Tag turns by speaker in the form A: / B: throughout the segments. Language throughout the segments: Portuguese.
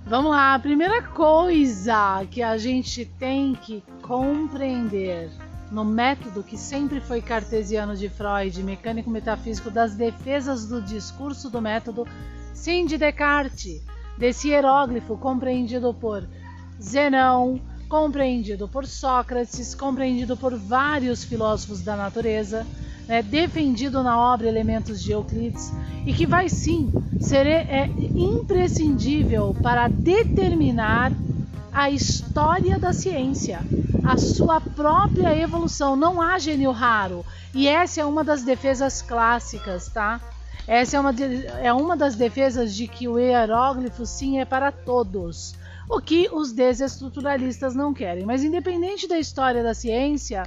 A: Vamos lá, a primeira coisa que a gente tem que compreender no método que sempre foi cartesiano de Freud, mecânico metafísico, das defesas do discurso do método, sim, de Descartes, desse hieróglifo compreendido por Zenão, compreendido por Sócrates, compreendido por vários filósofos da natureza, né, defendido na obra Elementos de Euclides, e que vai sim ser imprescindível para determinar a história da ciência, a sua própria evolução. Não há gênio raro, e essa é uma das defesas clássicas, tá? Essa é uma das defesas de que o hieróglifo sim é para todos, o que os desestruturalistas não querem. Mas independente da história da ciência,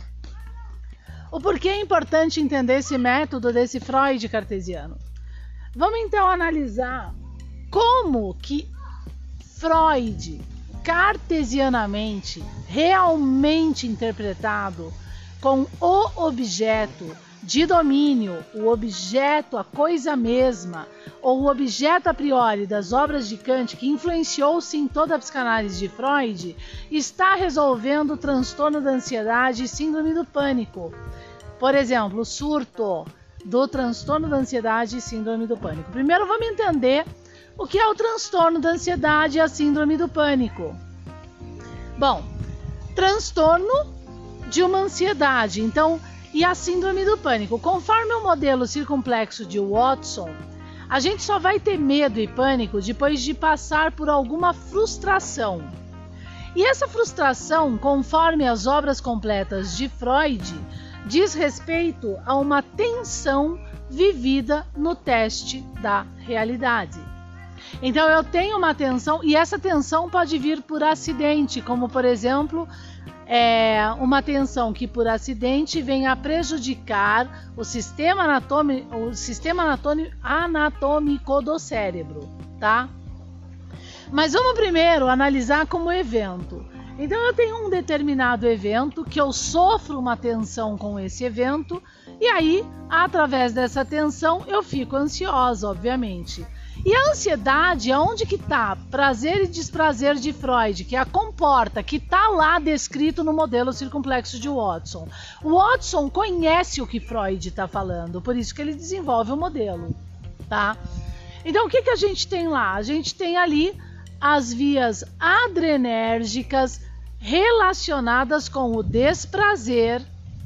A: o porquê é importante entender esse método desse Freud cartesiano? Vamos então analisar como que Freud, cartesianamente, realmente interpretado com o objeto de domínio, o objeto, a coisa mesma, ou o objeto a priori das obras de Kant, que influenciou sim toda a psicanálise de Freud, está resolvendo o transtorno da ansiedade e síndrome do pânico. Por exemplo, o surto do transtorno da ansiedade e síndrome do pânico. Primeiro vamos entender o que é o transtorno da ansiedade e a síndrome do pânico. Bom, transtorno de uma ansiedade, então, e a síndrome do pânico. Conforme o modelo circunplexo de Watson, a gente só vai ter medo e pânico depois de passar por alguma frustração. E essa frustração, conforme as obras completas de Freud, diz respeito a uma tensão vivida no teste da realidade. Então eu tenho uma tensão, e essa tensão pode vir por acidente, como por exemplo, uma tensão que por acidente vem a prejudicar o sistema anatômico do cérebro, tá? Mas vamos primeiro analisar como evento. Então eu tenho um determinado evento que eu sofro uma tensão com esse evento, e aí, através dessa tensão, eu fico ansiosa, obviamente. E a ansiedade, aonde que está? Prazer e desprazer de Freud, que a comporta, que está lá descrito no modelo circunplexo de Watson. O Watson conhece o que Freud está falando, por isso que ele desenvolve o modelo, tá? Então o que a gente tem lá? A gente tem ali as vias adrenérgicas relacionadas com o desprazer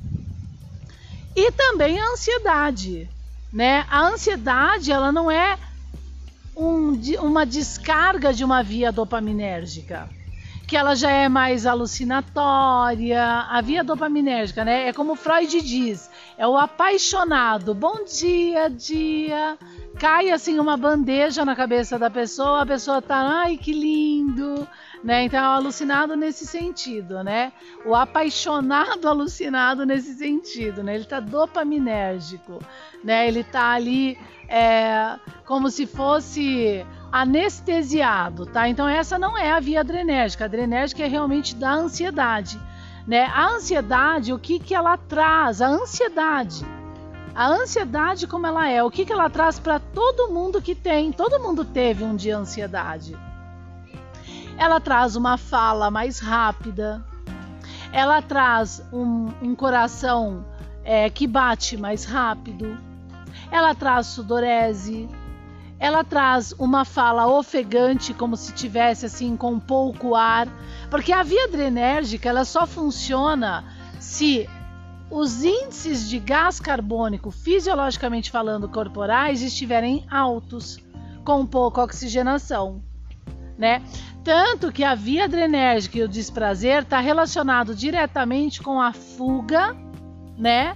A: e também a ansiedade, né? A ansiedade, ela não é uma descarga de uma via dopaminérgica, que ela já é mais alucinatória. A via dopaminérgica, né? É como Freud diz, é o apaixonado. Bom dia, dia. Cai assim uma bandeja na cabeça da pessoa, a pessoa tá, ai que lindo, né? Então é o alucinado nesse sentido, né? O apaixonado alucinado nesse sentido, né? Ele tá dopaminérgico, né? Ele tá ali como se fosse anestesiado, tá? Então essa não é a via adrenérgica. A adrenérgica é realmente da ansiedade, né? A ansiedade, o que ela traz? A ansiedade como ela é, o que ela traz para todo mundo que tem? Todo mundo teve um dia ansiedade. Ela traz uma fala mais rápida, ela traz um coração que bate mais rápido, ela traz sudorese, ela traz uma fala ofegante, como se tivesse assim com pouco ar, porque a via adrenérgica ela só funciona se os índices de gás carbônico, fisiologicamente falando, corporais, estiverem altos, com pouca oxigenação, né? Tanto que a via adrenérgica e o desprazer está relacionado diretamente com a fuga, né?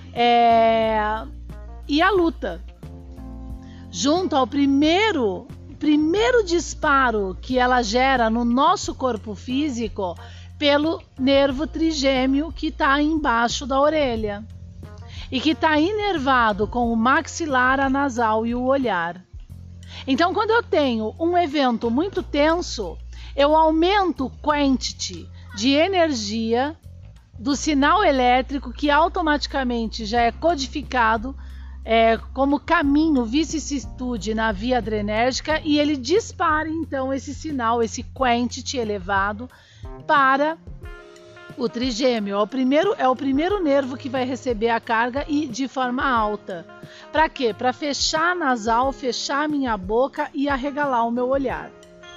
A: E a luta. Junto ao primeiro disparo que ela gera no nosso corpo físico, pelo nervo trigêmeo que está embaixo da orelha e que está inervado com o maxilar, a nasal e o olhar. Então, quando eu tenho um evento muito tenso, eu aumento o quantity de energia do sinal elétrico que automaticamente já é codificado como caminho, vicissitude na via adrenérgica, e ele dispara então esse sinal, esse quantity elevado para o trigêmeo. É o primeiro nervo que vai receber a carga e de forma alta. Para quê? Para fechar a nasal, fechar a minha boca e arregalar o meu olhar.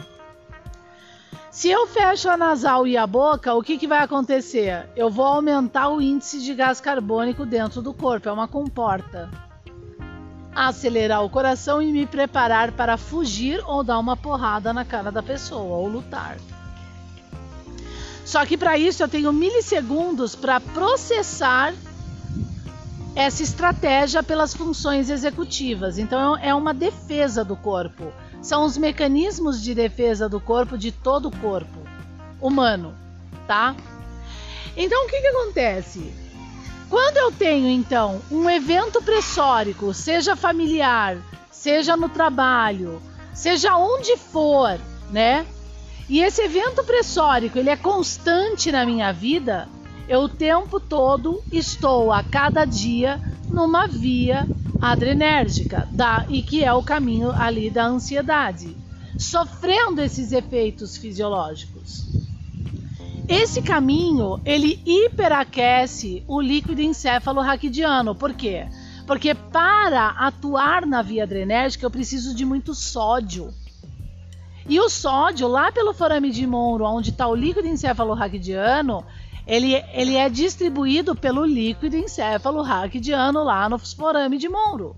A: Se eu fecho a nasal e a boca, o que vai acontecer? Eu vou aumentar o índice de gás carbônico dentro do corpo, é uma comporta. Acelerar o coração e me preparar para fugir ou dar uma porrada na cara da pessoa, ou lutar. Só que para isso eu tenho milissegundos para processar essa estratégia pelas funções executivas. Então é uma defesa do corpo. São os mecanismos de defesa do corpo, de todo o corpo humano, tá? Então o que acontece? Quando eu tenho então um evento pressórico, seja familiar, seja no trabalho, seja onde for, né? E esse evento pressórico, ele é constante na minha vida, eu o tempo todo estou a cada dia numa via adrenérgica, e que é o caminho ali da ansiedade, sofrendo esses efeitos fisiológicos. Esse caminho, ele hiperaquece o líquido encéfalo-raquidiano. Por quê? Porque para atuar na via adrenérgica eu preciso de muito sódio. E o sódio, lá pelo forame de Monro, onde está o líquido encéfalo-raquidiano, ele é distribuído pelo líquido encéfalo-raquidiano lá no forame de Monro.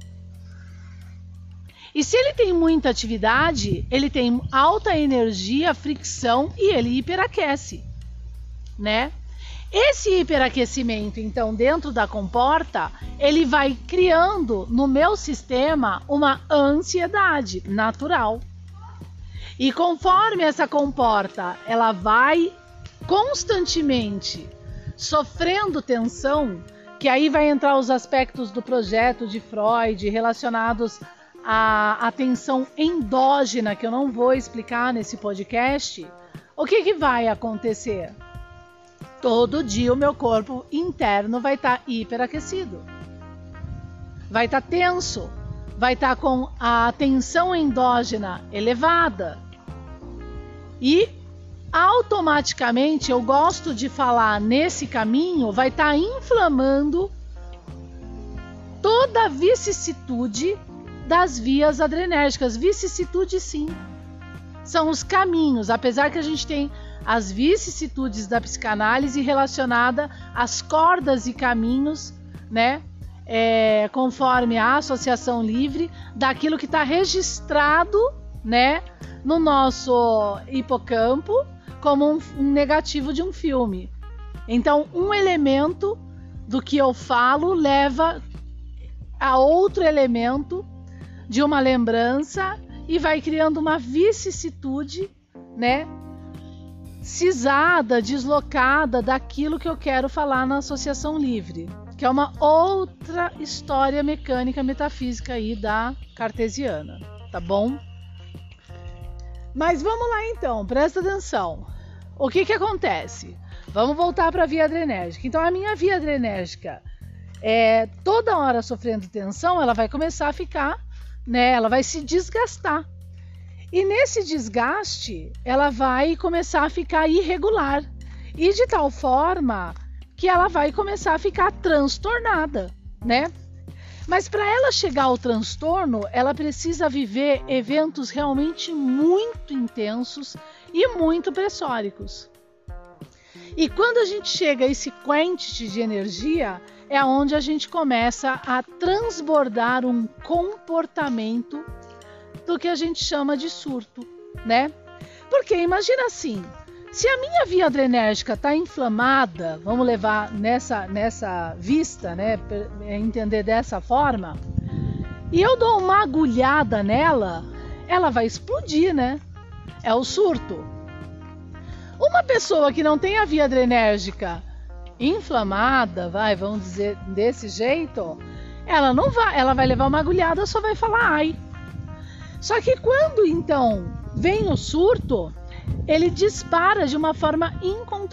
A: E se ele tem muita atividade, ele tem alta energia, fricção e ele hiperaquece, né? Esse hiperaquecimento, então, dentro da comporta, ele vai criando no meu sistema uma ansiedade natural. E conforme essa comporta, ela vai constantemente sofrendo tensão, que aí vai entrar os aspectos do projeto de Freud relacionados à tensão endógena, que eu não vou explicar nesse podcast. O que vai acontecer? Todo dia o meu corpo interno vai estar hiperaquecido, vai estar tenso, vai estar com a tensão endógena elevada. E automaticamente, eu gosto de falar nesse caminho, vai estar inflamando toda a vicissitude das vias adrenérgicas. Vicissitude, sim, são os caminhos, apesar que a gente tem as vicissitudes da psicanálise relacionada às cordas e caminhos, né? Conforme a associação livre daquilo que está registrado, né, no nosso hipocampo como um negativo de um filme. Então, um elemento do que eu falo leva a outro elemento de uma lembrança e vai criando uma vicissitude, né, cisada, deslocada daquilo que eu quero falar na associação livre, que é uma outra história mecânica metafísica aí da cartesiana, tá bom? Mas vamos lá então, presta atenção. O que acontece? Vamos voltar para a via adrenérgica. Então a minha via adrenérgica, toda hora sofrendo tensão, ela vai começar a ficar, né, ela vai se desgastar. E nesse desgaste, ela vai começar a ficar irregular. E de tal forma que ela vai começar a ficar transtornada, né? Mas para ela chegar ao transtorno, ela precisa viver eventos realmente muito intensos e muito pressóricos. E quando a gente chega a esse quantity de energia, é onde a gente começa a transbordar um comportamento do que a gente chama de surto, né? Porque imagina assim, se a minha via adrenérgica está inflamada, vamos levar nessa vista, né, entender dessa forma, e eu dou uma agulhada nela, ela vai explodir, né? É o surto. Uma pessoa que não tem a via adrenérgica inflamada, vamos dizer desse jeito, ela vai levar uma agulhada, só vai falar ai. Só que quando então vem o surto, ele dispara de uma forma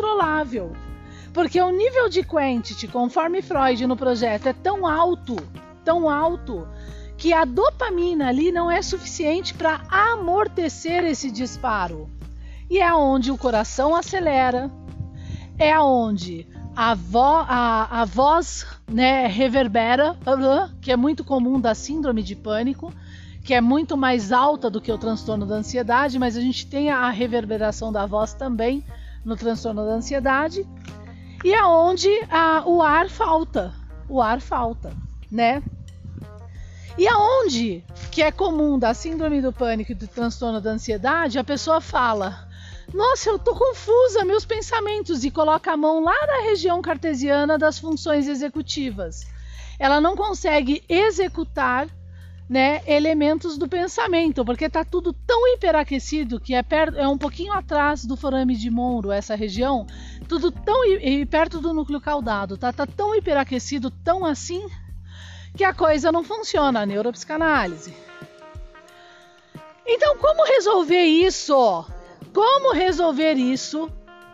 A: incontrolável, porque o nível de quantity, conforme Freud no projeto, é tão alto, tão alto que a dopamina ali não é suficiente para amortecer esse disparo. E é onde o coração acelera, é onde a voz, né, reverbera, que é muito comum da síndrome de pânico, que é muito mais alta do que o transtorno da ansiedade, mas a gente tem a reverberação da voz também no transtorno da ansiedade, e é onde o ar falta, né? E aonde que é comum da síndrome do pânico e do transtorno da ansiedade, a pessoa fala: nossa, eu tô confusa, meus pensamentos, e coloca a mão lá na região cartesiana das funções executivas. Ela não consegue executar, né, elementos do pensamento, porque está tudo tão hiperaquecido que é um pouquinho atrás do forame de Monro, essa região, tudo tão perto do núcleo caudado, tá tão hiperaquecido, tão assim, que a coisa não funciona, a neuropsicanálise. Então, como resolver isso? Como resolver isso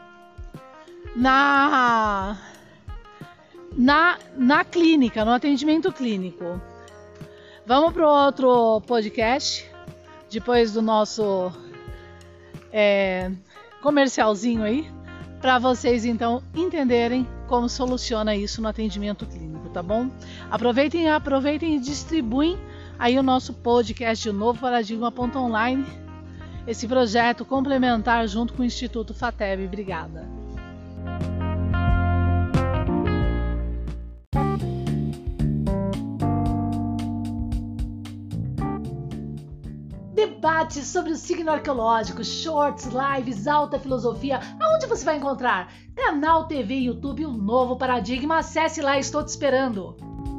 A: na clínica, no atendimento clínico? Vamos para o outro podcast, depois do nosso comercialzinho aí, para vocês então entenderem como soluciona isso no atendimento clínico, tá bom? Aproveitem e distribuem aí o nosso podcast, o Novo Paradigma.online, esse projeto complementar junto com o Instituto FATEB. Obrigada. Debates sobre o signo arqueológico, shorts, lives, alta filosofia. Aonde você vai encontrar? Canal TV, YouTube, o Novo Paradigma. Acesse lá, estou te esperando.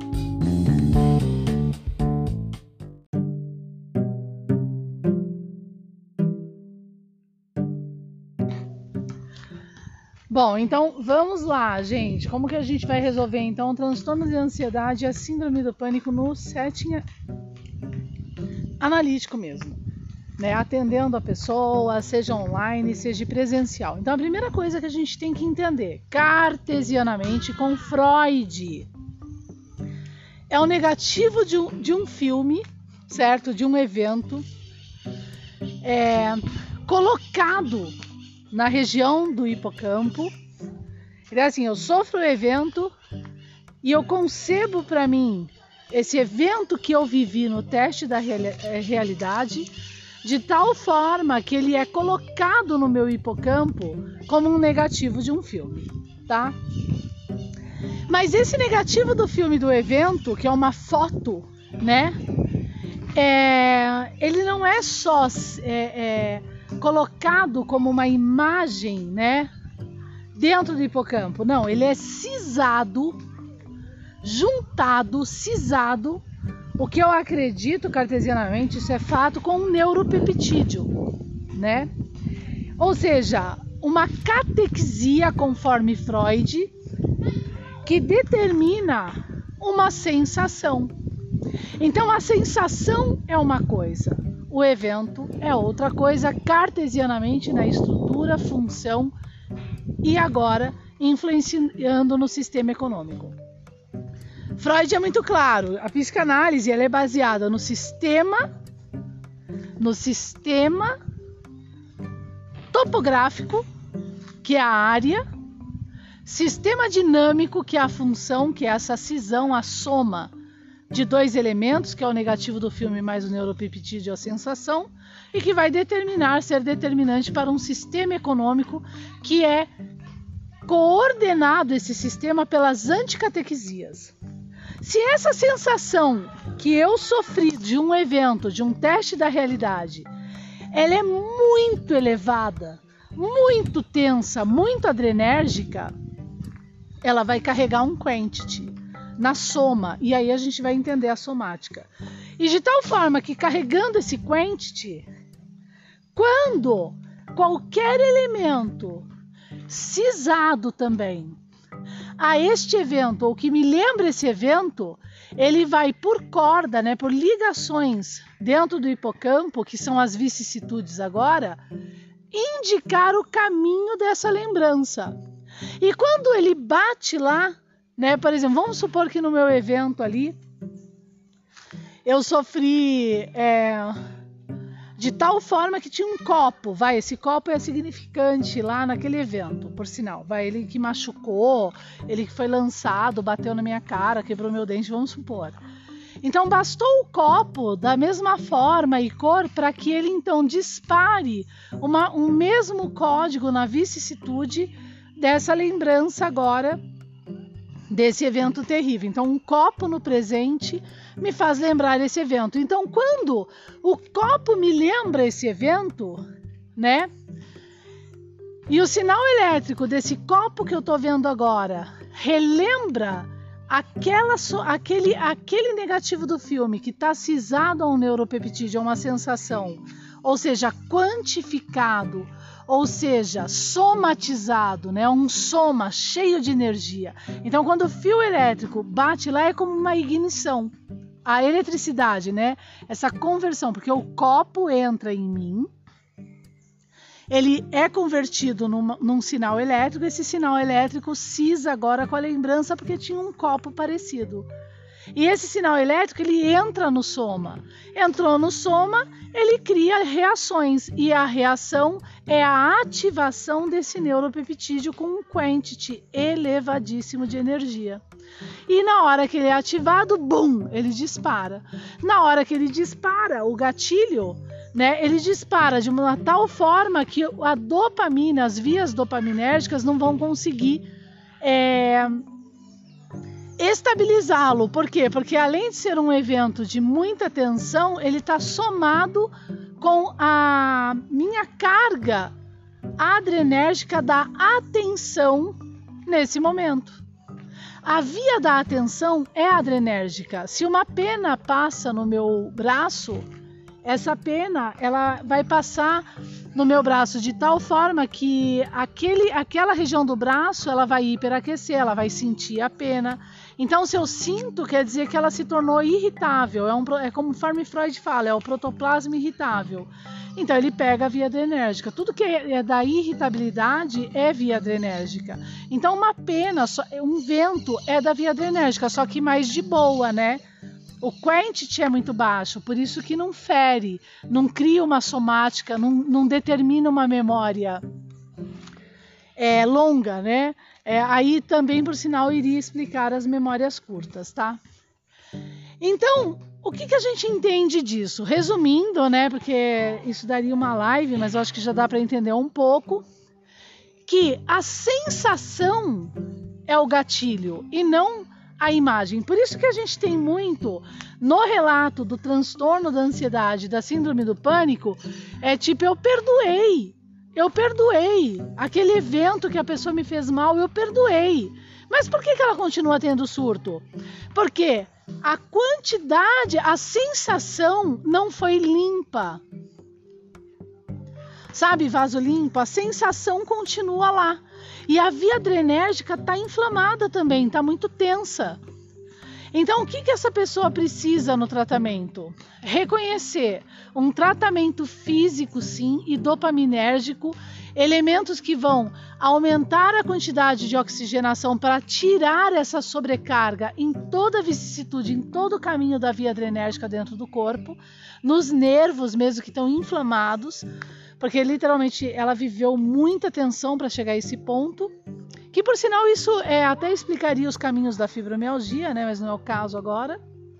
A: Bom, então vamos lá, gente. Como que a gente vai resolver então o transtorno de ansiedade e a síndrome do pânico no setting analítico mesmo, né? Atendendo a pessoa, seja online, seja presencial. Então a primeira coisa que a gente tem que entender, cartesianamente com Freud, é o negativo de um filme, certo? De um evento colocado na região do hipocampo. Então, assim, eu sofro o evento e eu concebo para mim esse evento que eu vivi no teste da realidade de tal forma que ele é colocado no meu hipocampo como um negativo de um filme, tá? Mas esse negativo do filme do evento, que é uma foto, né? Ele não é só colocado como uma imagem, né, dentro do hipocampo. Não, ele é cisado, juntado, cisado, o que eu acredito cartesianamente, isso é fato, com um neuropeptídeo, né? Ou seja, uma catexia, conforme Freud, que determina uma sensação. Então a sensação é uma coisa, o evento é outra coisa, cartesianamente na estrutura, função e agora influenciando no sistema econômico. Freud é muito claro, a psicanálise ela é baseada no sistema topográfico, que é a área, sistema dinâmico, que é a função, que é essa cisão, a soma de dois elementos, que é o negativo do filme mais o neuropeptídeo, a sensação, e que vai ser determinante para um sistema econômico que é coordenado, esse sistema, pelas anticatequesias. Se essa sensação que eu sofri de um evento, de um teste da realidade, ela é muito elevada, muito tensa, muito adrenérgica, ela vai carregar um quantity na soma, e aí a gente vai entender a somática. E de tal forma que carregando esse quantity, quando qualquer elemento cisado também a este evento, ou que me lembra esse evento, ele vai por corda, né, por ligações dentro do hipocampo, que são as vicissitudes agora, indicar o caminho dessa lembrança. E quando ele bate lá, né, por exemplo, vamos supor que no meu evento ali, eu sofri de tal forma que tinha um copo, esse copo é significante lá naquele evento, por sinal, ele que machucou, ele que foi lançado, bateu na minha cara, quebrou meu dente, vamos supor. Então bastou o copo da mesma forma e cor para que ele então dispare um mesmo código na vicissitude dessa lembrança agora desse evento terrível. Então um copo no presente me faz lembrar esse evento. Então quando o copo me lembra esse evento, né? E o sinal elétrico desse copo que eu estou vendo agora relembra aquele negativo do filme que está cisado a um neuropeptídeo, a uma sensação, ou seja, quantificado, ou seja, somatizado, né? Um soma cheio de energia. Então, quando o fio elétrico bate lá, é como uma ignição. A eletricidade, né? Essa conversão, porque o copo entra em mim, ele é convertido num sinal elétrico, esse sinal elétrico cisa agora com a lembrança porque tinha um copo parecido. E esse sinal elétrico, ele entra no soma. Entrou no soma, ele cria reações. E a reação é a ativação desse neuropeptídeo com um quantity elevadíssimo de energia. E na hora que ele é ativado, bum, ele dispara. Na hora que ele dispara, o gatilho, né, ele dispara de uma tal forma que a dopamina, as vias dopaminérgicas não vão conseguir estabilizá-lo. Por quê? Porque além de ser um evento de muita tensão, ele está somado com a minha carga adrenérgica da atenção nesse momento. A via da atenção é adrenérgica. Se uma pena passa no meu braço, essa pena ela vai passar no meu braço de tal forma que aquela região do braço ela vai hiperaquecer, ela vai sentir a pena. Então, se eu sinto, quer dizer que ela se tornou irritável. É como Freud fala, é o protoplasma irritável. Então, ele pega a via adrenérgica. Tudo que é da irritabilidade é via adrenérgica. Então, uma pena, um vento é da via adrenérgica, só que mais de boa, né? O quantity é muito baixo, por isso que não fere, não cria uma somática, não determina uma memória longa, né? Aí também, por sinal, iria explicar as memórias curtas, tá? Então, o que a gente entende disso? Resumindo, né? Porque isso daria uma live, mas eu acho que já dá para entender um pouco, que a sensação é o gatilho e não a imagem. Por isso que a gente tem muito no relato do transtorno da ansiedade, da síndrome do pânico, tipo, eu perdoei aquele evento que a pessoa me fez mal, eu perdoei. Mas por que ela continua tendo surto? Porque a quantidade, a sensação não foi limpa. Sabe, vaso limpo? A sensação continua lá. E a via adrenérgica está inflamada também, está muito tensa. Então, o que essa pessoa precisa no tratamento? Reconhecer um tratamento físico, sim, e dopaminérgico, elementos que vão aumentar a quantidade de oxigenação para tirar essa sobrecarga em toda a vicissitude, em todo o caminho da via adrenérgica dentro do corpo, nos nervos mesmo que estão inflamados, porque literalmente ela viveu muita tensão para chegar a esse ponto, que por sinal isso até explicaria os caminhos da fibromialgia, né? Mas não é o caso agora.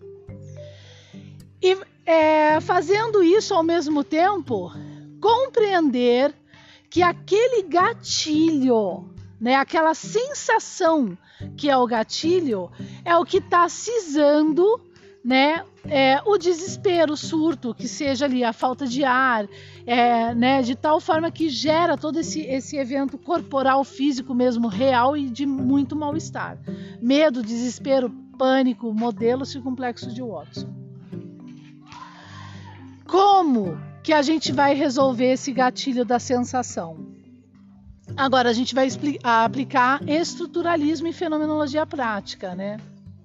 A: E fazendo isso ao mesmo tempo, compreender que aquele gatilho, né, aquela sensação que é o gatilho, é o que está cisando, né, o desespero, o surto, que seja ali a falta de ar, né, de tal forma que gera todo esse evento corporal, físico mesmo, real e de muito mal-estar. Medo, desespero, pânico, modelo circunflexo de Watson. Como que a gente vai resolver esse gatilho da sensação? Agora a gente vai aplicar estruturalismo e fenomenologia prática, né?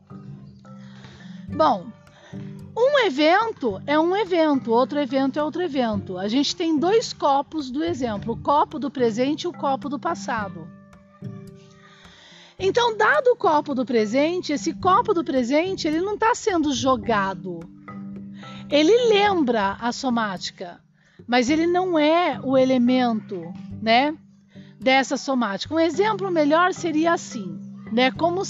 A: Bom, um evento é um evento, outro evento é outro evento. A gente tem dois copos do exemplo, o copo do presente e o copo do passado. Então, dado o copo do presente, esse copo do presente ele não está sendo jogado ele lembra a somática, mas ele não é o elemento, né, dessa somática. Um exemplo melhor seria assim, né, como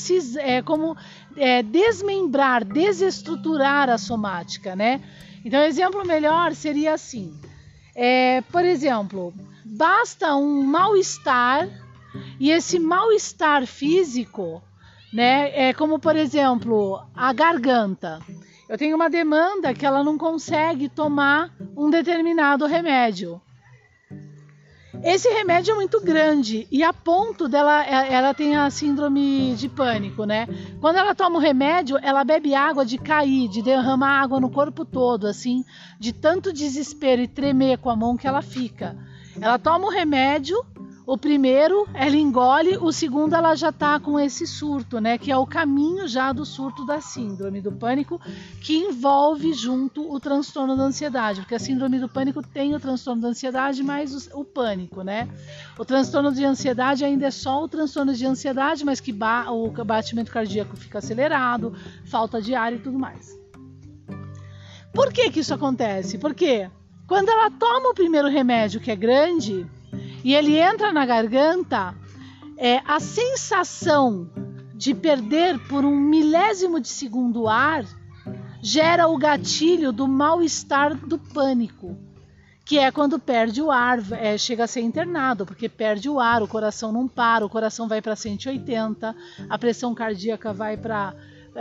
A: desmembrar, desestruturar a somática, né? Então, exemplo melhor seria assim, por exemplo, basta um mal-estar, e esse mal-estar físico, né, como por exemplo, a garganta. Eu tenho uma demanda que ela não consegue tomar um determinado remédio. Esse remédio é muito grande e a ponto dela, ela tem a síndrome de pânico, né? Quando ela toma o remédio, ela bebe água de cair, de derramar água no corpo todo, assim, de tanto desespero e tremer com a mão que ela fica. Ela toma o remédio, o primeiro ela engole, o segundo ela já tá com esse surto, né? Que é o caminho já do surto da síndrome do pânico, que envolve junto o transtorno da ansiedade, porque a síndrome do pânico tem o transtorno da ansiedade mais o pânico, né? O transtorno de ansiedade ainda é só o transtorno de ansiedade, mas que o batimento cardíaco fica acelerado, falta de ar e tudo mais. Por que que isso acontece? Porque quando ela toma o primeiro remédio, que é grande, e ele entra na garganta, a sensação de perder por um milésimo de segundo o ar gera o gatilho do mal-estar do pânico, que é quando perde o ar, chega a ser internado, porque perde o ar, o coração não para, o coração vai para 180, a pressão cardíaca vai para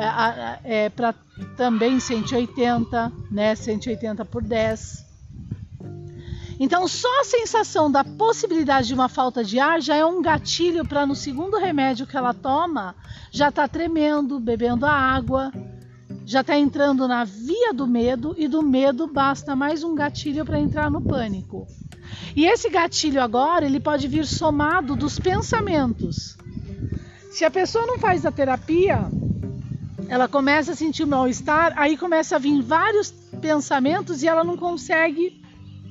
A: também 180, né, 180 por 10. Então, só a sensação da possibilidade de uma falta de ar já é um gatilho para no segundo remédio que ela toma, já está tremendo, bebendo a água, já está entrando na via do medo, e do medo basta mais um gatilho para entrar no pânico. E esse gatilho agora, ele pode vir somado dos pensamentos. Se a pessoa não faz a terapia, ela começa a sentir o mal-estar, aí começa a vir vários pensamentos e ela não consegue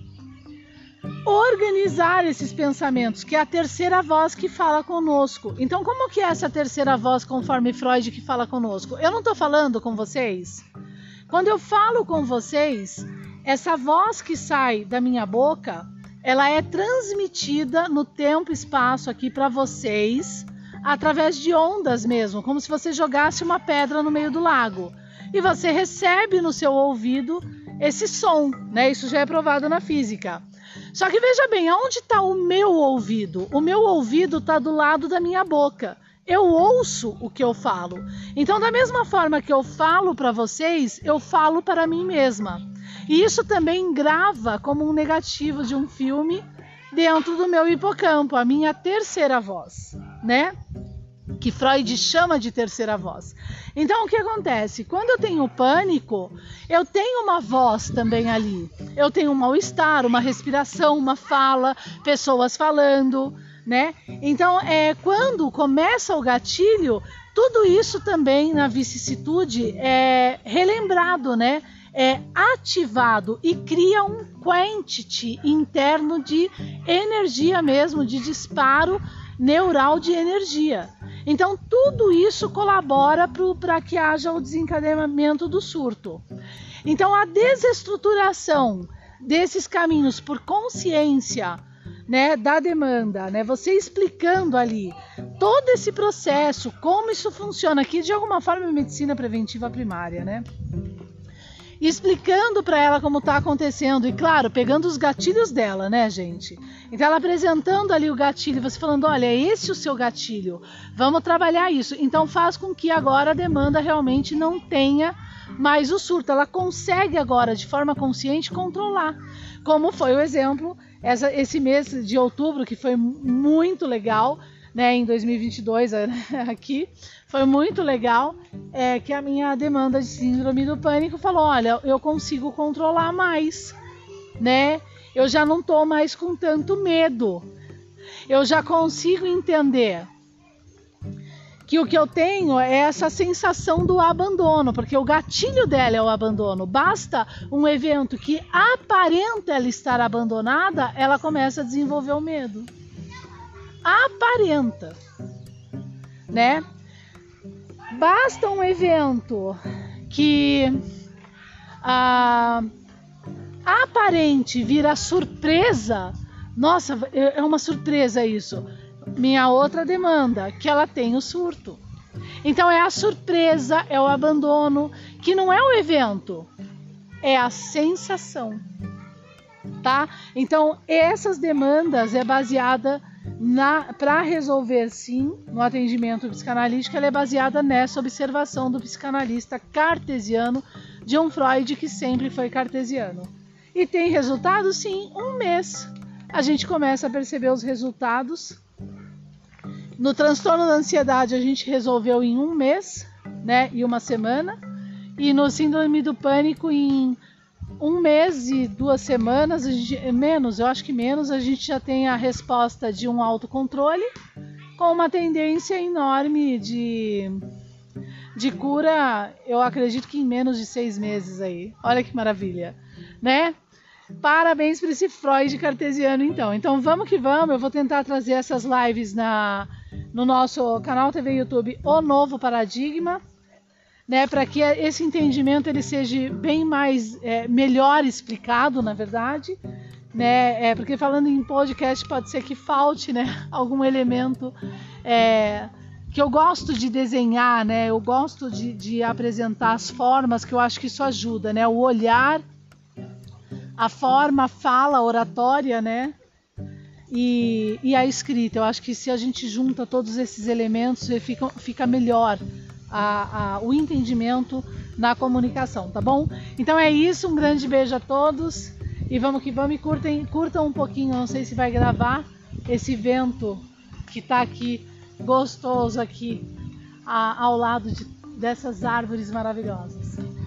A: organizar esses pensamentos, que é a terceira voz que fala conosco. Então, como que é essa terceira voz, conforme Freud, que fala conosco? Eu não estou falando com vocês? Quando eu falo com vocês, essa voz que sai da minha boca, ela é transmitida no tempo e espaço aqui para vocês, através de ondas mesmo, como se você jogasse uma pedra no meio do lago. E você recebe no seu ouvido esse som, né? Isso já é provado na física. Só que veja bem, aonde está o meu ouvido? O meu ouvido está do lado da minha boca. Eu ouço o que eu falo. Então, da mesma forma que eu falo para vocês, eu falo para mim mesma. E isso também grava como um negativo de um filme dentro do meu hipocampo, a minha terceira voz, né? Que Freud chama de terceira voz. Então, o que acontece? Quando eu tenho pânico, eu tenho uma voz também ali. Eu tenho um mal-estar, uma respiração, uma fala, pessoas falando, né? Então, quando começa o gatilho, tudo isso também na vicissitude é relembrado, né? É ativado e cria um quantity interno de energia mesmo, de disparo neural de energia. Então, tudo isso colabora para que haja o desencadeamento do surto. Então, a desestruturação desses caminhos por consciência, né, da demanda, né, você explicando ali todo esse processo, como isso funciona, aqui de alguma forma é medicina preventiva primária, né? Explicando para ela como está acontecendo e, claro, pegando os gatilhos dela, né, gente? Então, ela apresentando ali o gatilho, você falando, olha, é esse o seu gatilho, vamos trabalhar isso. Então, faz com que agora a demanda realmente não tenha mais o surto. Ela consegue agora, de forma consciente, controlar. Como foi o exemplo, esse mês de outubro, que foi muito legal, né, em 2022 aqui, foi muito legal, que a minha demanda de síndrome do pânico falou, olha, eu consigo controlar mais, né? Eu já não estou mais com tanto medo, eu já consigo entender que o que eu tenho é essa sensação do abandono, porque o gatilho dela é o abandono. Basta um evento que aparenta ela estar abandonada, ela começa a desenvolver o medo. Aparenta, né? Basta um evento que a aparente vira surpresa. Nossa, é uma surpresa isso. Minha outra demanda, que ela tem o surto. Então é a surpresa, é o abandono, que não é o evento, é a sensação, tá? Então essas demandas é baseada para resolver sim no atendimento psicanalítico, ela é baseada nessa observação do psicanalista cartesiano John Freud, que sempre foi cartesiano. E tem resultado? Sim, 1 mês. A gente começa a perceber os resultados. No transtorno da ansiedade a gente resolveu em 1 mês, né, e 1 semana. E no síndrome do pânico em 1 mês e 2 semanas, eu acho que menos, a gente já tem a resposta de um autocontrole com uma tendência enorme de cura, eu acredito que em menos de 6 meses aí. Olha que maravilha, né? Parabéns para esse Freud cartesiano, então. Então vamos que vamos, eu vou tentar trazer essas lives no nosso canal TV YouTube O Novo Paradigma, né, para que esse entendimento ele seja bem mais, melhor explicado, na verdade, né, porque falando em podcast pode ser que falte, né, algum elemento que eu gosto de desenhar, né, eu gosto de apresentar as formas, que eu acho que isso ajuda, né, o olhar, a forma, a fala, a oratória, né, e a escrita. Eu acho que se a gente junta todos esses elementos, fica melhor o entendimento na comunicação, tá bom? Então é isso, um grande beijo a todos e vamos que vamos, e curtam um pouquinho, não sei se vai gravar esse vento que tá aqui, gostoso aqui, ao lado dessas árvores maravilhosas.